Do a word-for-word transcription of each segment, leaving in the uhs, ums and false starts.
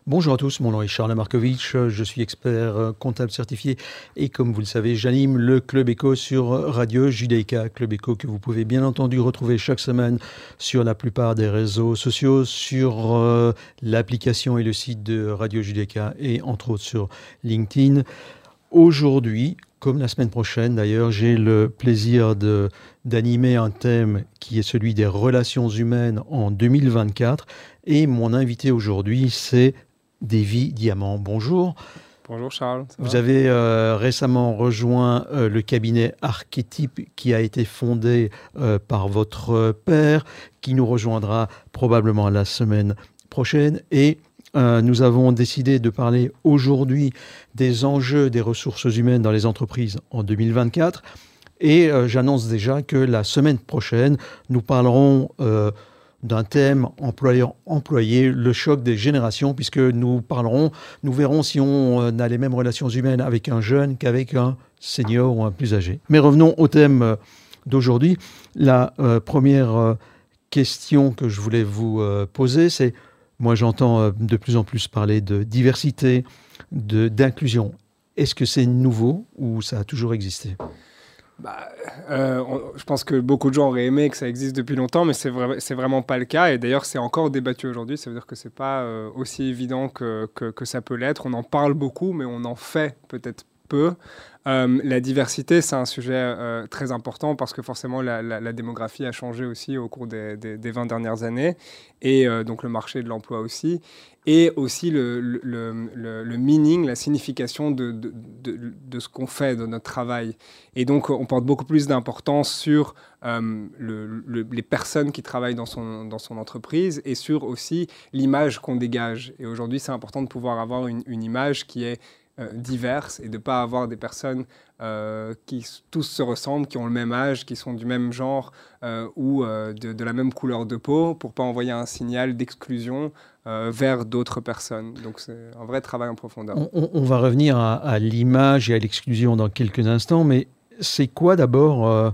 Bonjour à tous, mon nom est Charles Markovitch, je suis expert comptable certifié et comme vous le savez, j'anime le Club Éco sur Radio Judaica. Club Éco que vous pouvez bien entendu retrouver chaque semaine sur la plupart des réseaux sociaux, sur euh, l'application et le site de Radio Judaica et entre autres sur LinkedIn. Aujourd'hui, comme la semaine prochaine d'ailleurs, j'ai le plaisir de, d'animer un thème qui est celui des relations humaines en deux mille vingt-quatre et mon invité aujourd'hui c'est Davy Diamant. Bonjour. Bonjour Charles. Vous avez euh, récemment rejoint euh, le cabinet Archétype qui a été fondé euh, par votre père, qui nous rejoindra probablement la semaine prochaine. Et euh, nous avons décidé de parler aujourd'hui des enjeux des ressources humaines dans les entreprises en deux mille vingt-quatre. Et euh, j'annonce déjà que la semaine prochaine, nous parlerons euh, d'un thème employeur-employé, le choc des générations, puisque nous parlerons, nous verrons si on a les mêmes relations humaines avec un jeune qu'avec un senior ou un plus âgé. Mais revenons au thème d'aujourd'hui. La euh, première euh, question que je voulais vous euh, poser, c'est, moi j'entends euh, de plus en plus parler de diversité, de, d'inclusion. Est-ce que c'est nouveau ou ça a toujours existé ? Bah, euh, on, je pense que beaucoup de gens auraient aimé que ça existe depuis longtemps, mais c'est, vrai, c'est vraiment pas le cas. Et d'ailleurs, c'est encore débattu aujourd'hui. Ça veut dire que c'est pas euh, aussi évident que, que, que ça peut l'être. On en parle beaucoup, mais on en fait peut-être peu. Euh, la diversité, c'est un sujet euh, très important parce que forcément, la, la, la démographie a changé aussi au cours des, des, des vingt dernières années. Et euh, donc, le marché de l'emploi aussi. Et aussi le, le, le, le meaning, la signification de, de, de, de ce qu'on fait, de notre travail. Et donc, on porte beaucoup plus d'importance sur euh, le, le, les personnes qui travaillent dans son, dans son entreprise et sur aussi l'image qu'on dégage. Et aujourd'hui, c'est important de pouvoir avoir une, une image qui est euh, diverse et de ne pas avoir des personnes euh, qui tous se ressemblent, qui ont le même âge, qui sont du même genre euh, ou euh, de, de la même couleur de peau pour ne pas envoyer un signal d'exclusion Euh, vers d'autres personnes. Donc, c'est un vrai travail en profondeur. On, on, on va revenir à, à l'image et à l'exclusion dans quelques instants, mais c'est quoi d'abord euh,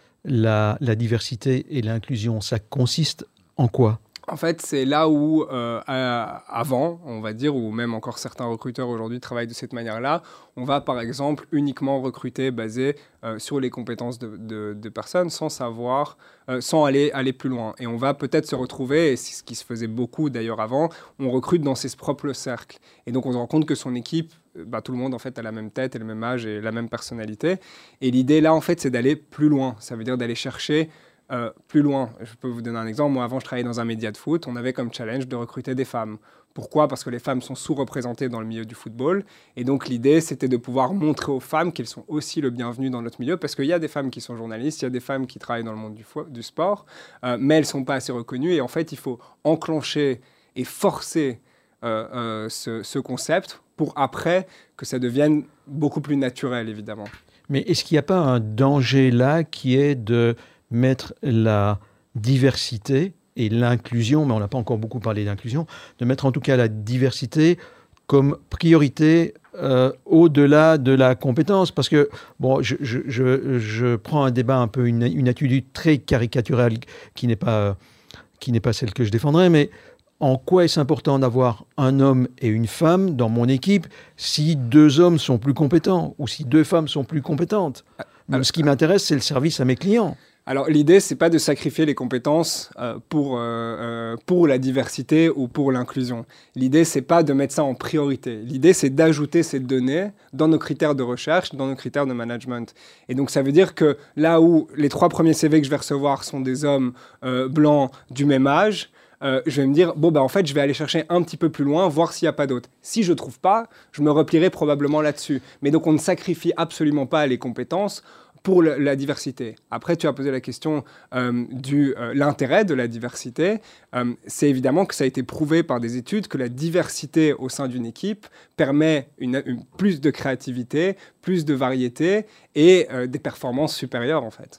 la, la diversité et l'inclusion ? Ça consiste en quoi ? En fait, c'est là où, euh, avant, on va dire, ou même encore certains recruteurs aujourd'hui travaillent de cette manière-là, on va par exemple uniquement recruter basé euh, sur les compétences de, de, de personnes sans savoir, euh, sans aller, aller plus loin. Et on va peut-être se retrouver, et c'est ce qui se faisait beaucoup d'ailleurs avant, on recrute dans ses propres cercles. Et donc on se rend compte que son équipe, bah, tout le monde en fait a la même tête et le même âge et la même personnalité. Et l'idée là, en fait, c'est d'aller plus loin. Ça veut dire d'aller chercher Euh, plus loin. Je peux vous donner un exemple. Moi, avant, je travaillais dans un média de foot. On avait comme challenge de recruter des femmes. Pourquoi ? Parce que les femmes sont sous-représentées dans le milieu du football. Et donc, l'idée, c'était de pouvoir montrer aux femmes qu'elles sont aussi le bienvenu dans notre milieu. Parce qu'il y a des femmes qui sont journalistes, il y a des femmes qui travaillent dans le monde du, fo- du sport, euh, mais elles ne sont pas assez reconnues. Et en fait, il faut enclencher et forcer euh, euh, ce, ce concept pour après que ça devienne beaucoup plus naturel, évidemment. Mais est-ce qu'il n'y a pas un danger là qui est de mettre la diversité et l'inclusion, mais on n'a pas encore beaucoup parlé d'inclusion, de mettre en tout cas la diversité comme priorité euh, au-delà de la compétence. Parce que, bon, je, je, je, je prends un débat un peu, une, une attitude très caricaturale qui n'est pas, qui n'est pas celle que je défendrais, mais en quoi est-ce important d'avoir un homme et une femme dans mon équipe si deux hommes sont plus compétents ou si deux femmes sont plus compétentes ? Alors, ce qui m'intéresse, c'est le service à mes clients. Alors, l'idée, c'est pas de sacrifier les compétences euh, pour, euh, euh, pour la diversité ou pour l'inclusion. L'idée, c'est pas de mettre ça en priorité. L'idée, c'est d'ajouter ces données dans nos critères de recherche, dans nos critères de management. Et donc, ça veut dire que là où les trois premiers C V que je vais recevoir sont des hommes euh, blancs du même âge, Euh, je vais me dire, bon, bah, en fait, je vais aller chercher un petit peu plus loin, voir s'il n'y a pas d'autres. Si je ne trouve pas, je me replierai probablement là-dessus. Mais donc, on ne sacrifie absolument pas les compétences pour le, la diversité. Après, tu as posé la question euh, de euh, l'intérêt de la diversité. Euh, c'est évidemment que ça a été prouvé par des études que la diversité au sein d'une équipe permet une, une, plus de créativité, plus de variété et euh, des performances supérieures, en fait.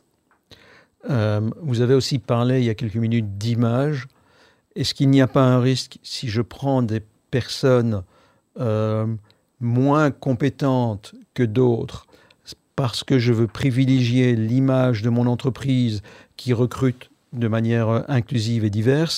Euh, vous avez aussi parlé, il y a quelques minutes, d'image. Est-ce qu'il n'y a pas un risque, si je prends des personnes euh, moins compétentes que d'autres, parce que je veux privilégier l'image de mon entreprise qui recrute de manière inclusive et diverse,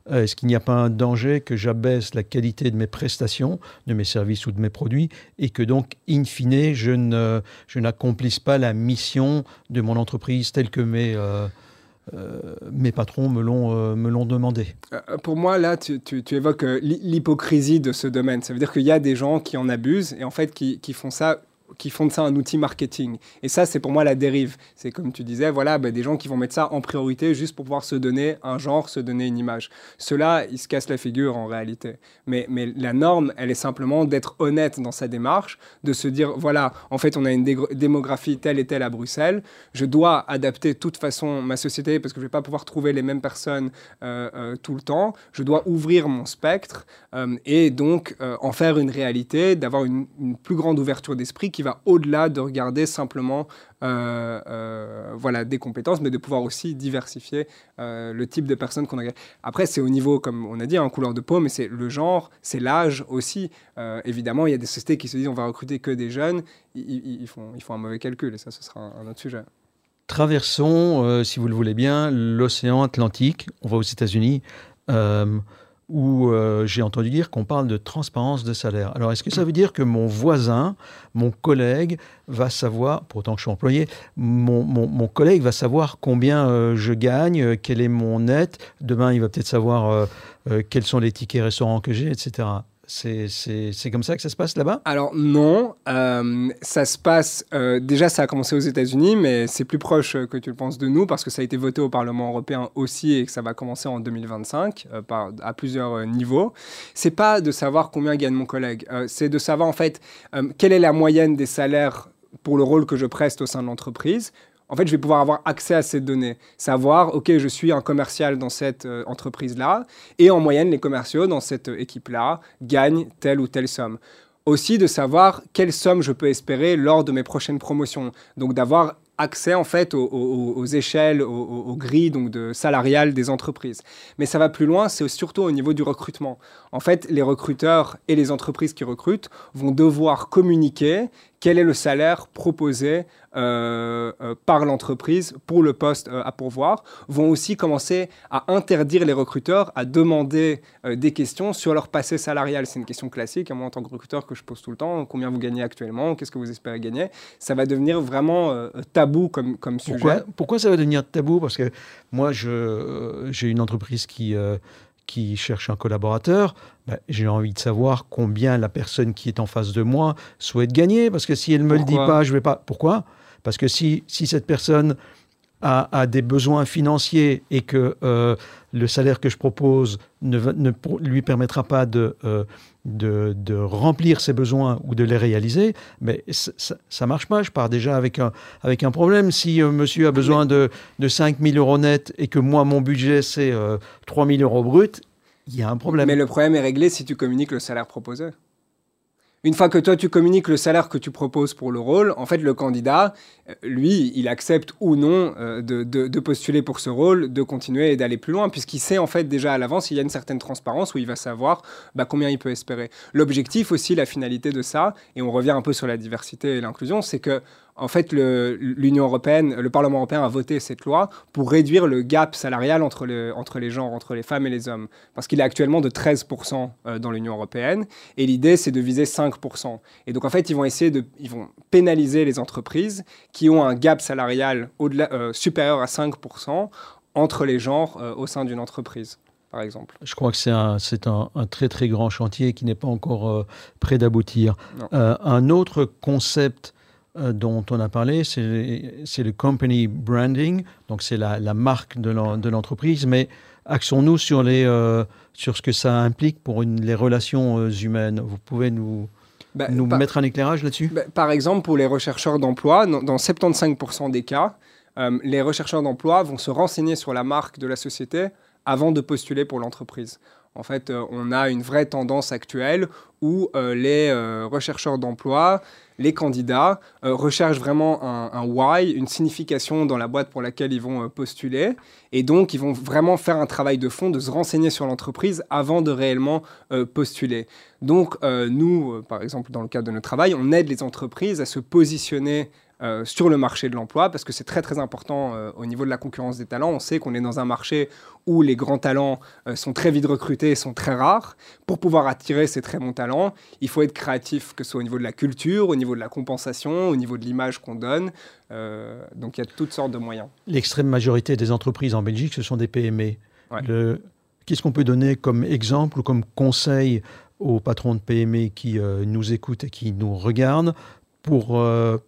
Euh, est-ce qu'il n'y a pas un danger que j'abaisse la qualité de mes prestations, de mes services ou de mes produits, et que donc, in fine, je, ne, je n'accomplisse pas la mission de mon entreprise telle que mes, euh, euh, mes patrons me l'ont, euh, me l'ont demandé? Euh, Pour moi, là, tu, tu, tu évoques euh, l'hy- l'hypocrisie de ce domaine. Ça veut dire qu'il y a des gens qui en abusent et en fait qui, qui font ça qui font de ça un outil marketing. Et ça, c'est pour moi la dérive. C'est comme tu disais, voilà, bah, des gens qui vont mettre ça en priorité juste pour pouvoir se donner un genre, se donner une image. Ceux-là, ils se cassent la figure en réalité. Mais, mais la norme, elle est simplement d'être honnête dans sa démarche, de se dire, voilà, en fait, on a une dé- démographie telle et telle à Bruxelles, je dois adapter de toute façon ma société parce que je ne vais pas pouvoir trouver les mêmes personnes euh, euh, tout le temps, je dois ouvrir mon spectre euh, et donc euh, en faire une réalité, d'avoir une, une plus grande ouverture d'esprit qui va au-delà de regarder simplement euh, euh, voilà, des compétences, mais de pouvoir aussi diversifier euh, le type de personnes qu'on a. Après, c'est au niveau, comme on a dit, hein, couleur de peau, mais c'est le genre, c'est l'âge aussi. Euh, évidemment, il y a des sociétés qui se disent on va recruter que des jeunes, ils, ils, ils, font, ils font un mauvais calcul, et ça, ce sera un, un autre sujet. Traversons, euh, si vous le voulez bien, l'océan Atlantique. On va aux États-Unis. Euh, où euh, j'ai entendu dire qu'on parle de transparence de salaire. Alors, est-ce que ça veut dire que mon voisin, mon collègue, va savoir, pourtant que je suis employé, mon, mon, mon collègue va savoir combien euh, je gagne, euh, quel est mon net, demain il va peut-être savoir euh, euh, quels sont les tickets restaurants que j'ai, et cetera. C'est, c'est, c'est comme ça que ça se passe là-bas? Alors non, euh, ça se passe, euh, déjà ça a commencé aux États-Unis, mais c'est plus proche euh, que tu le penses de nous parce que ça a été voté au Parlement européen aussi et que ça va commencer en deux mille vingt-cinq euh, par, à plusieurs euh, niveaux. C'est pas de savoir combien gagne mon collègue, euh, c'est de savoir en fait euh, quelle est la moyenne des salaires pour le rôle que je preste au sein de l'entreprise. En fait, je vais pouvoir avoir accès à ces données, savoir, OK, je suis un commercial dans cette euh, entreprise-là, et en moyenne, les commerciaux dans cette euh, équipe-là gagnent telle ou telle somme. Aussi de savoir quelle somme je peux espérer lors de mes prochaines promotions. Donc d'avoir accès en fait aux, aux, aux échelles, aux, aux grilles donc de salariales des entreprises. Mais ça va plus loin, c'est surtout au niveau du recrutement. En fait, les recruteurs et les entreprises qui recrutent vont devoir communiquer quel est le salaire proposé euh, euh, par l'entreprise pour le poste euh, à pourvoir, vont aussi commencer à interdire les recruteurs à demander euh, des questions sur leur passé salarial. C'est une question classique, à moi en tant que recruteur que je pose tout le temps, combien vous gagnez actuellement, qu'est-ce que vous espérez gagner. Ça va devenir vraiment euh, tabou comme, comme sujet. Pourquoi, pourquoi ça va devenir tabou? Parce que moi, je, euh, j'ai une entreprise qui... Euh, qui cherche un collaborateur, ben, j'ai envie de savoir combien la personne qui est en face de moi souhaite gagner, parce que si elle ne me le dit pas, je ne vais pas... Pourquoi? Parce que si, si cette personne a, a des besoins financiers et que euh, le salaire que je propose ne, ne lui permettra pas de, euh, de, de remplir ses besoins ou de les réaliser, mais ça ne marche pas. Je pars déjà avec un, avec un problème. Si euh, monsieur a besoin de, de cinq mille euros net et que moi, mon budget, c'est euh, trois mille euros brut, il y a un problème. Mais le problème est réglé si tu communiques le salaire proposé. Une fois que toi, tu communiques le salaire que tu proposes pour le rôle, en fait, le candidat, lui, il accepte ou non euh, de, de, de postuler pour ce rôle, de continuer et d'aller plus loin, puisqu'il sait en fait déjà à l'avance, il y a une certaine transparence où il va savoir bah, combien il peut espérer. L'objectif aussi, la finalité de ça, et on revient un peu sur la diversité et l'inclusion, c'est que en fait, le, l'Union européenne, le Parlement européen a voté cette loi pour réduire le gap salarial entre, le, entre les genres, entre les femmes et les hommes. Parce qu'il est actuellement de treize pour cent dans l'Union européenne. Et l'idée, c'est de viser cinq pour cent. Et donc, en fait, ils vont essayer de ils vont pénaliser les entreprises qui ont un gap salarial au-delà, euh, supérieur à cinq pour cent entre les genres euh, au sein d'une entreprise, par exemple. Je crois que c'est un, c'est un, un très, très grand chantier qui n'est pas encore euh, prêt d'aboutir. Euh, un autre concept dont on a parlé, c'est, c'est le company branding, donc c'est la, la marque de, l'en, de l'entreprise, mais axons-nous sur, les, euh, sur ce que ça implique pour une, les relations euh, humaines. Vous pouvez nous, bah, nous par, mettre un éclairage là-dessus? bah, Par exemple, pour les rechercheurs d'emploi, dans, dans soixante-quinze pour cent des cas, euh, les rechercheurs d'emploi vont se renseigner sur la marque de la société avant de postuler pour l'entreprise. En fait, euh, on a une vraie tendance actuelle où euh, les euh, rechercheurs d'emploi, les candidats euh, recherchent vraiment un, un why, une signification dans la boîte pour laquelle ils vont euh, postuler. Et donc, ils vont vraiment faire un travail de fond, de se renseigner sur l'entreprise avant de réellement euh, postuler. Donc, euh, nous, euh, par exemple, dans le cadre de notre travail, on aide les entreprises à se positionner euh, sur le marché de l'emploi, parce que c'est très très important euh, au niveau de la concurrence des talents. On sait qu'on est dans un marché où les grands talents euh, sont très vite recrutés et sont très rares. Pour pouvoir attirer ces très bons talents, il faut être créatif, que ce soit au niveau de la culture, au niveau de la compensation, au niveau de l'image qu'on donne. Euh, donc il y a toutes sortes de moyens. L'extrême majorité des entreprises en Belgique, ce sont des P M E. Ouais. Le... Qu'est-ce qu'on peut donner comme exemple ou comme conseil aux patrons de P M E qui euh, nous écoutent et qui nous regardent pour euh,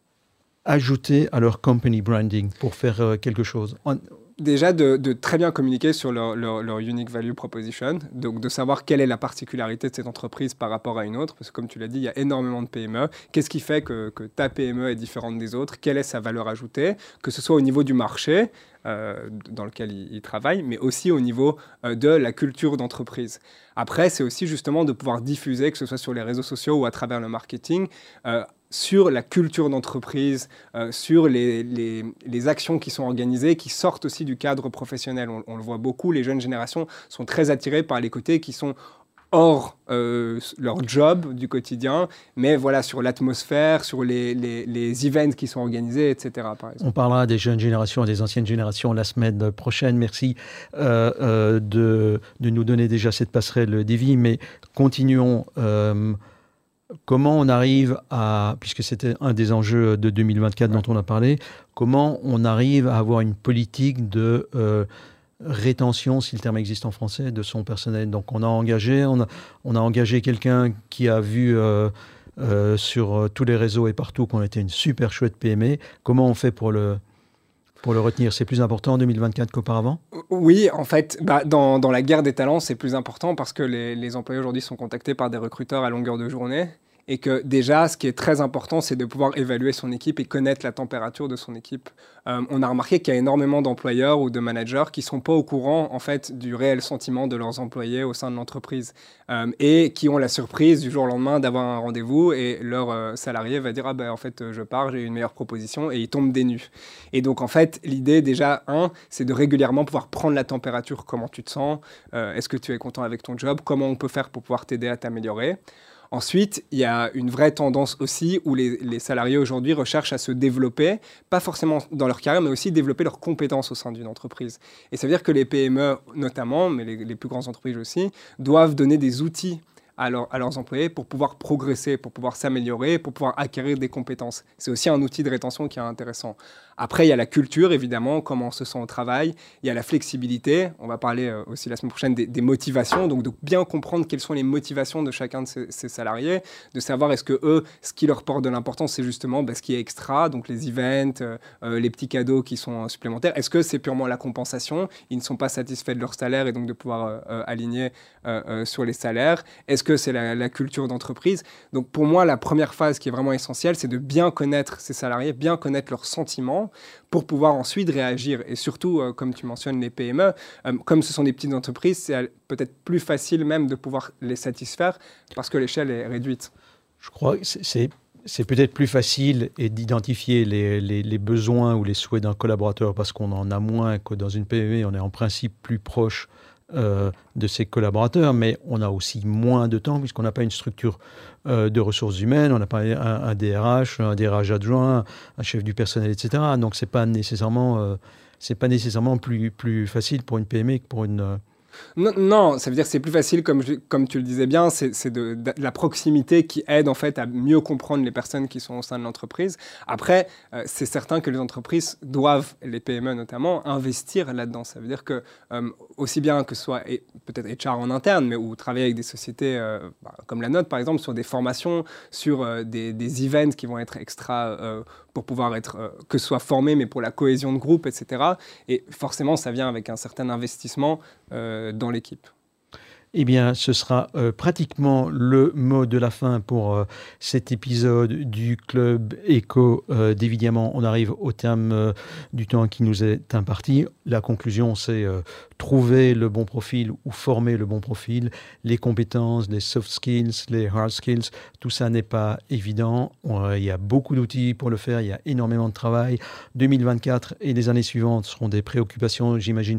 ajouter à leur company branding, pour faire euh, quelque chose? On... Déjà, de, de très bien communiquer sur leur, leur, leur unique value proposition, donc de savoir quelle est la particularité de cette entreprise par rapport à une autre, parce que comme tu l'as dit, il y a énormément de P M E. Qu'est-ce qui fait que, que ta P M E est différente des autres? Quelle est sa valeur ajoutée? Que ce soit au niveau du marché euh, dans lequel ils il travaillent, mais aussi au niveau euh, de la culture d'entreprise. Après, c'est aussi justement de pouvoir diffuser, que ce soit sur les réseaux sociaux ou à travers le marketing, euh, sur la culture d'entreprise, euh, sur les, les, les actions qui sont organisées, qui sortent aussi du cadre professionnel. On, on le voit beaucoup, les jeunes générations sont très attirées par les côtés qui sont hors euh, leur job du quotidien, mais voilà, sur l'atmosphère, sur les, les, les events qui sont organisés, et cetera. Par exemple. On parlera des jeunes générations et des anciennes générations la semaine prochaine. Merci euh, euh, de, de nous donner déjà cette passerelle des vies, mais continuons. Euh, Comment on arrive à, puisque c'était un des enjeux de deux mille vingt-quatre ouais. dont on a parlé, comment on arrive à avoir une politique de euh, rétention, si le terme existe en français, de son personnel. Donc on a engagé, on a, on a engagé quelqu'un qui a vu euh, euh, sur tous les réseaux et partout qu'on était une super chouette P M E. Comment on fait pour le... Pour le retenir, c'est plus important en deux mille vingt-quatre qu'auparavant? Oui, en fait, bah, dans, dans la guerre des talents, c'est plus important parce que les, les employés aujourd'hui sont contactés par des recruteurs à longueur de journée. Et que déjà, ce qui est très important, c'est de pouvoir évaluer son équipe et connaître la température de son équipe. Euh, on a remarqué qu'il y a énormément d'employeurs ou de managers qui ne sont pas au courant en fait, du réel sentiment de leurs employés au sein de l'entreprise euh, et qui ont la surprise du jour au lendemain d'avoir un rendez-vous et leur euh, salarié va dire « Ah ben en fait, je pars, j'ai une meilleure proposition » et ils tombent des nues. Et donc en fait, l'idée déjà, un, c'est de régulièrement pouvoir prendre la température, comment tu te sens, euh, est-ce que tu es content avec ton job, comment on peut faire pour pouvoir t'aider à t'améliorer. Ensuite, il y a une vraie tendance aussi où les, les salariés aujourd'hui recherchent à se développer, pas forcément dans leur carrière, mais aussi développer leurs compétences au sein d'une entreprise. Et ça veut dire que les P M E notamment, mais les, les plus grandes entreprises aussi, doivent donner des outils à, leur, à leurs employés pour pouvoir progresser, pour pouvoir s'améliorer, pour pouvoir acquérir des compétences. C'est aussi un outil de rétention qui est intéressant. Après, il y a la culture, évidemment, comment on se sent au travail. Il y a la flexibilité. On va parler euh, aussi la semaine prochaine des, des motivations. Donc, de bien comprendre quelles sont les motivations de chacun de ces, ces salariés, de savoir est-ce que eux, ce qui leur porte de l'importance, c'est justement bah, ce qui est extra, donc les events, euh, euh, les petits cadeaux qui sont euh, supplémentaires. Est-ce que c'est purement la compensation? Ils ne sont pas satisfaits de leur salaire et donc de pouvoir euh, euh, aligner euh, euh, sur les salaires. Est-ce que c'est la, la culture d'entreprise? Donc, pour moi, la première phase qui est vraiment essentielle, c'est de bien connaître ces salariés, bien connaître leurs sentiments, pour pouvoir ensuite réagir. Et surtout, euh, comme tu mentionnes les P M E, euh, comme ce sont des petites entreprises, c'est peut-être plus facile même de pouvoir les satisfaire parce que l'échelle est réduite. Je crois que c'est, c'est peut-être plus facile et d'identifier les, les, les besoins ou les souhaits d'un collaborateur parce qu'on en a moins que dans une P M E. On est en principe plus proche Euh, de ses collaborateurs, mais on a aussi moins de temps puisqu'on n'a pas une structure euh, de ressources humaines, on n'a pas un, un D R H, un D R H adjoint, un chef du personnel, et cetera. Donc c'est pas nécessairement, euh, c'est pas nécessairement plus, plus facile pour une P M E que pour une... Euh, Non, non, ça veut dire que c'est plus facile, comme, je, comme tu le disais bien, c'est, c'est de, de la proximité qui aide en fait à mieux comprendre les personnes qui sont au sein de l'entreprise. Après, euh, c'est certain que les entreprises doivent, les P M E notamment, investir là-dedans. Ça veut dire que euh, aussi bien que ce soit et, peut-être H R en interne, mais ou travailler avec des sociétés euh, bah, comme la nôtre, par exemple, sur des formations, sur euh, des, des events qui vont être extra euh, pour pouvoir être, euh, que ce soit formé, mais pour la cohésion de groupe, et cetera. Et forcément, ça vient avec un certain investissement euh, dans l'équipe. Eh bien, ce sera euh, pratiquement le mot de la fin pour euh, cet épisode du Club Éco euh, des Diamants. On arrive au terme euh, du temps qui nous est imparti. La conclusion, c'est euh, trouver le bon profil ou former le bon profil. Les compétences, les soft skills, les hard skills, tout ça n'est pas évident. On, il y a beaucoup d'outils pour le faire. Il y a énormément de travail. deux mille vingt-quatre et les années suivantes seront des préoccupations, j'imagine,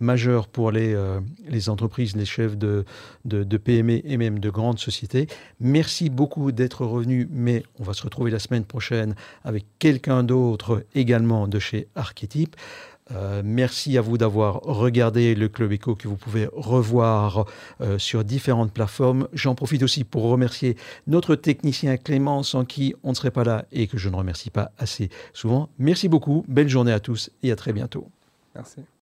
majeur pour les, euh, les entreprises, les chefs de, de, de P M E et même de grandes sociétés. Merci beaucoup d'être revenu, mais on va se retrouver la semaine prochaine avec quelqu'un d'autre également de chez Archetype. Euh, merci à vous d'avoir regardé le Club Éco que vous pouvez revoir euh, sur différentes plateformes. J'en profite aussi pour remercier notre technicien Clément, sans qui on ne serait pas là et que je ne remercie pas assez souvent. Merci beaucoup, belle journée à tous et à très bientôt. Merci.